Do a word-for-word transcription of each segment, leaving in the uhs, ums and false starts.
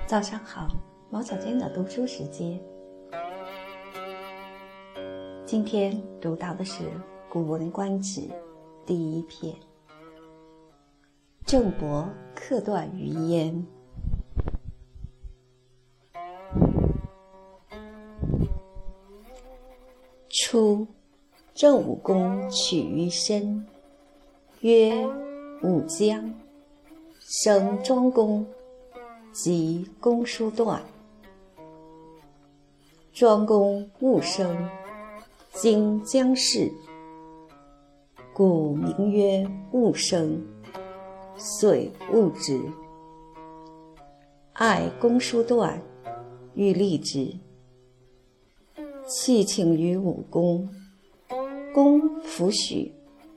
早上好，毛小娟的读书时间。今天读到的是《古文观止》第一篇。郑伯克段于鄢。初，郑武公取于申，曰武姜，生庄公，即公叔段。庄公戊生，经姜氏，故名曰戊生，遂戊之。爱公叔段，欲立之，弃请于武公，公弗许。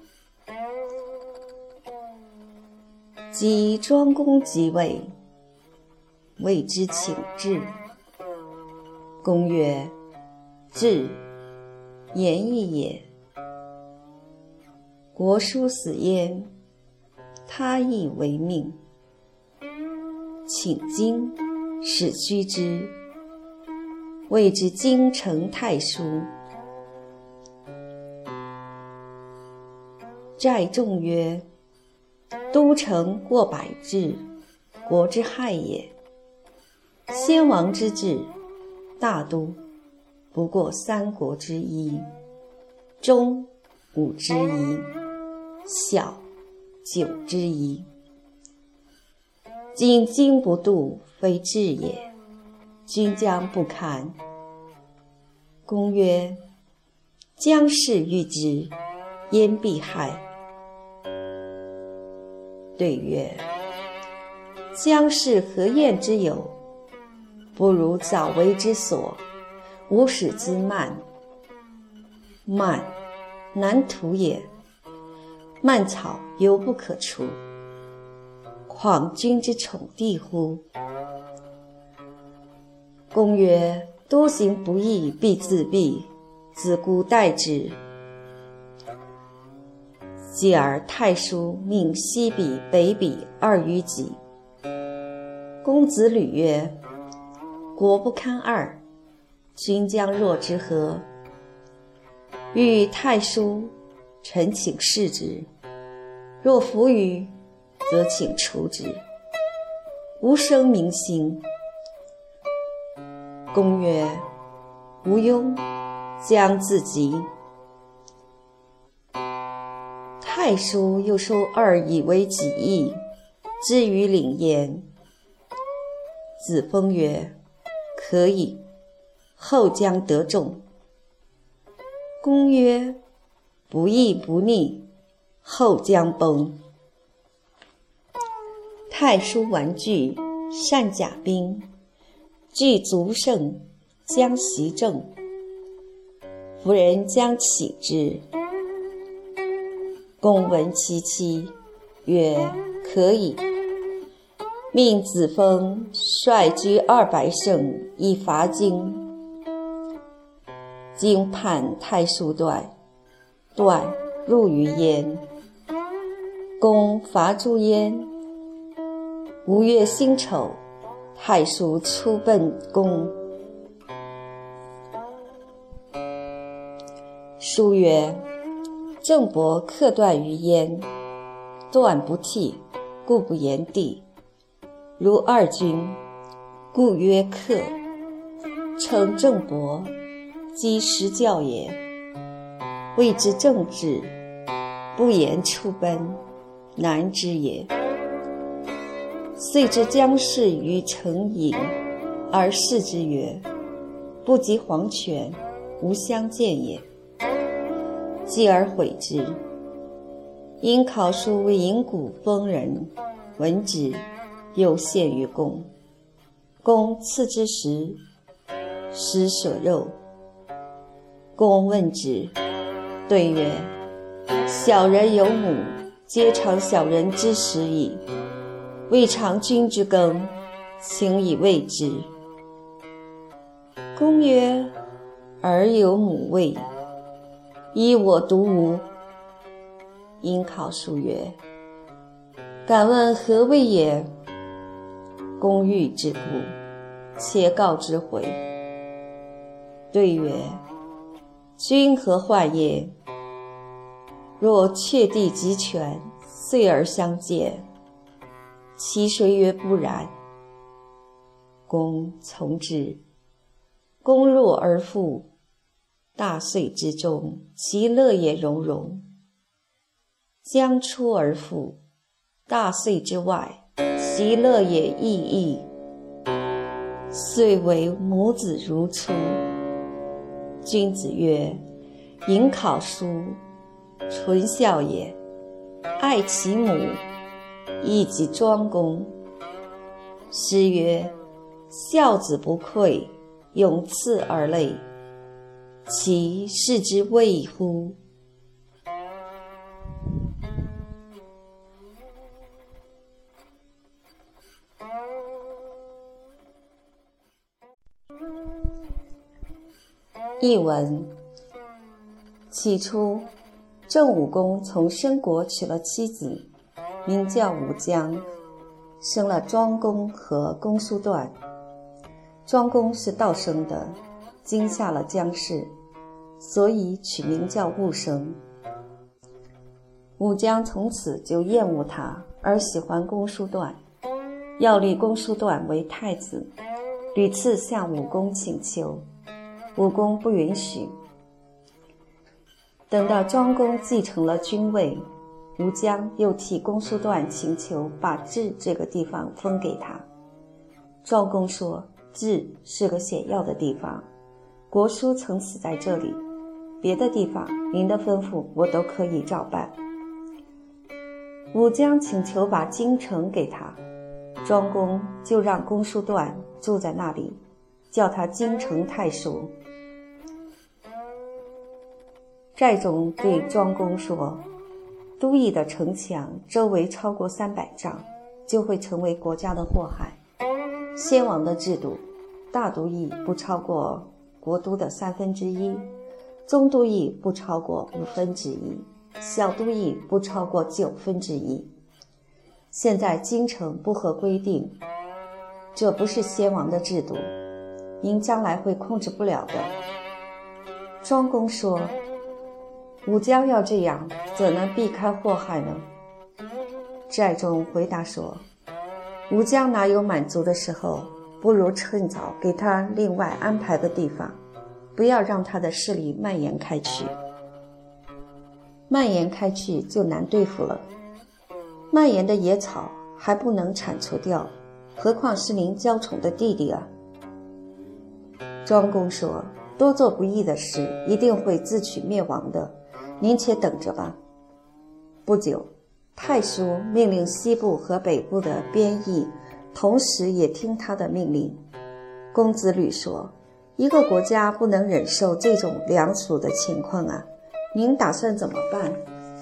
及庄公即位，谓之请至。公曰：至，言义也。国叔死焉，他亦为命。请经，使居之，谓之京城太叔。寨众曰：都城过百至，国之害也。先王之治，大都不过三国之一，中五之一，小九之一。今经不度，非治也，君将不堪。公曰：姜氏欲之，焉必害？对曰：姜氏何晏之有？不如早为之所，无使之慢。慢，难图也。蔓草犹不可除，况君之宠弟乎？公曰：都行不义，必自毙，子姑待之。继而太叔命西鄙、北鄙二于己。公子吕曰：国不堪二，君将若之何？欲太叔，臣请视之，若弗与，则请除之，无生民心。公曰：无忧，将自及。太叔又收二以为己意，之于领焉。子封曰：可以，后将得众。公曰：不义不逆，后将崩。太叔完具，善甲兵，具足胜，将袭郑。夫人将起之。公闻其妻，曰：可以。命子封率居二百乘以伐荆。荆叛太叔段，段入于鄢。公伐诸鄢。五月辛丑，太叔出奔公。书曰：郑伯克段于鄢，段不替，故不言地。如二君，故曰克。称郑伯，积实教也。谓之正治，不言出奔，难之也。遂知姜氏于城郢，而视之曰：不及黄泉，无相见也。继而悔之。因考书为营谷丰人，闻之，又献于公。公赐之食，食舍肉。公问之，对曰：小人有母，皆尝小人之食矣，未尝君之羹，请以慰之。公曰：尔有母味，依我独无。因考书曰：敢问何谓也？公欲之故， 且告之回。对曰：君何患也？若确地极权，遂而相见，其谁曰不然？公从之。公入而复，大岁之中，其乐也融融；将出而复，大岁之外，其乐也异异。遂为母子如初。君子曰：迎考叔，纯孝也。爱其母，亦及庄公。诗曰：孝子不愧，永赐而累，其视之谓乎？译文：起初，郑武公从申国娶了妻子，名叫武姜，生了庄公和公叔段。庄公是道生的，惊吓了姜氏，所以取名叫武生。武姜从此就厌恶他，而喜欢公叔段，要立公叔段为太子，屡次向武公请求，武公不允许。等到庄公继承了君位，武姜又替公叔段请求把治这个地方封给他。庄公说，治是个险要的地方，国叔曾死在这里，别的地方您的吩咐我都可以照办。武姜请求把京城给他，庄公就让公叔段住在那里，叫他京城太叔。寨中对庄公说，都邑的城墙周围超过三百丈，就会成为国家的祸害。先王的制度，大都邑不超过国都的三分之一，中都邑不超过五分之一，小都邑不超过九分之一。现在京城不合规定，这不是先王的制度，您将来会控制不了的。庄公说，武姜要这样，怎能避开祸害呢？寨中回答说，武姜哪有满足的时候，不如趁早给他另外安排个地方，不要让他的势力蔓延开去。蔓延开去就难对付了，蔓延的野草还不能铲除掉，何况是您娇宠的弟弟啊。庄公说，多做不义的事，一定会自取灭亡的，您且等着吧。不久，太叔命令西部和北部的边邑，同时也听他的命令。公子吕说，一个国家不能忍受这种良俗的情况啊，您打算怎么办？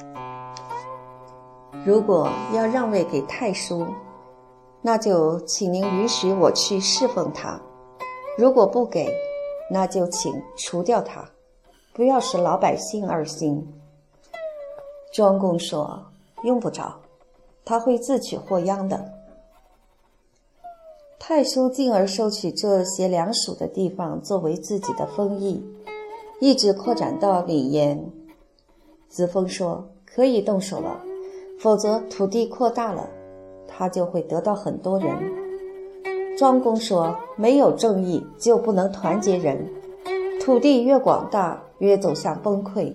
如果要让位给太叔，那就请您允许我去侍奉他；如果不给，那就请除掉他，不要使老百姓二心。庄公说，用不着，他会自取祸殃的。太叔进而收取这些良属的地方作为自己的封邑，一直扩展到临滟。子封说，可以动手了，否则土地扩大了，他就会得到很多人。庄公说，没有正义就不能团结人，土地越广大越走向崩溃。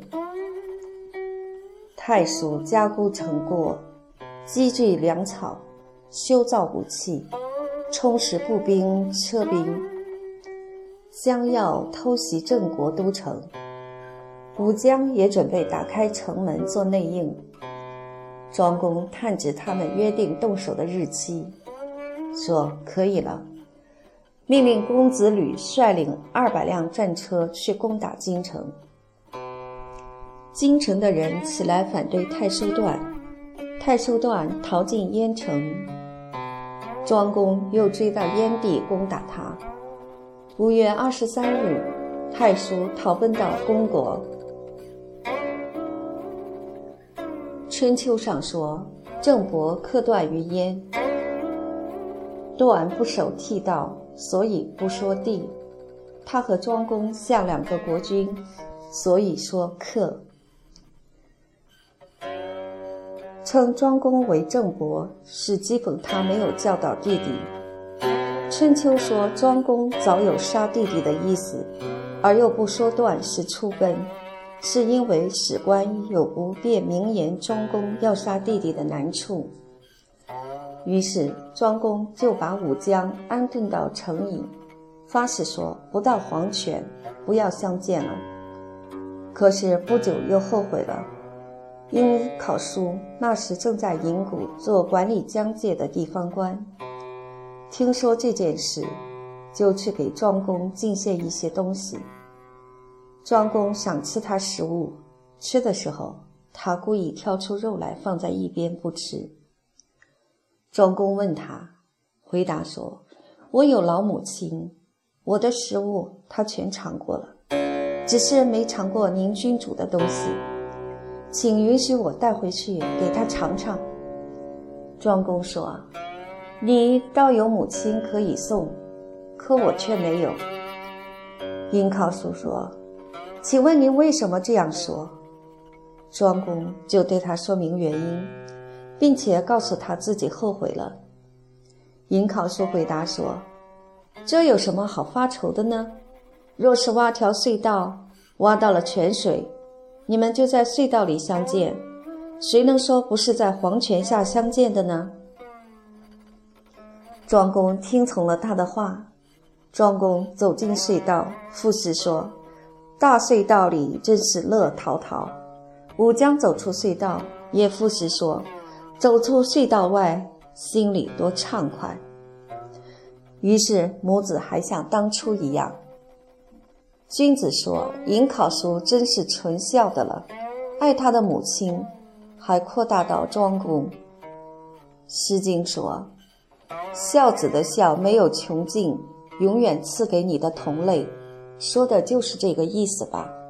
太叔加固城郭，积聚粮草，修造武器，充实步兵车兵，将要偷袭郑国都城。武姜也准备打开城门做内应。庄公探知他们约定动手的日期，说可以了，命令公子吕率领二百辆战车去攻打京城。京城的人起来反对太叔段，太叔段逃进鄢城，庄公又追到鄢地攻打他。五月二十三日，太叔逃奔到公国。春秋上说，郑伯克段于鄢，段不守悌道， 所以不说帝。他和庄公下两个国君，所以说克。称庄公为郑伯，是讥讽他没有教导弟弟。春秋说庄公早有杀弟弟的意思，而又不说断是出根，是因为史官有不便明言庄公要杀弟弟的难处。于是庄公就把武姜安顿到城邑，发誓说不到黄泉不要相见了。可是不久又后悔了，因考叔那时正在营谷做管理疆界的地方官，听说这件事，就去给庄公进献一些东西。庄公赏赐他食物，吃的时候他故意挑出肉来放在一边不吃。庄公问他，回答说，我有老母亲，我的食物他全尝过了，只是没尝过您君主的东西，请允许我带回去给他尝尝。庄公说，你倒有母亲可以送，可我却没有。殷考叔说，请问您为什么这样说？庄公就对他说明原因，并且告诉他自己后悔了。殷考叔回答说，这有什么好发愁的呢？若是挖条隧道，挖到了泉水，你们就在隧道里相见，谁能说不是在黄泉下相见的呢？庄公听从了他的话。庄公走进隧道，赋诗说，大隧道里真是乐陶陶。武姜走出隧道，也赋诗说，走出隧道外，心里多畅快。于是母子还像当初一样。君子说，尹考叔真是纯孝的了，爱他的母亲，还扩大到庄公。诗经说，孝子的孝没有穷尽，永远赐给你的同类，说的就是这个意思吧。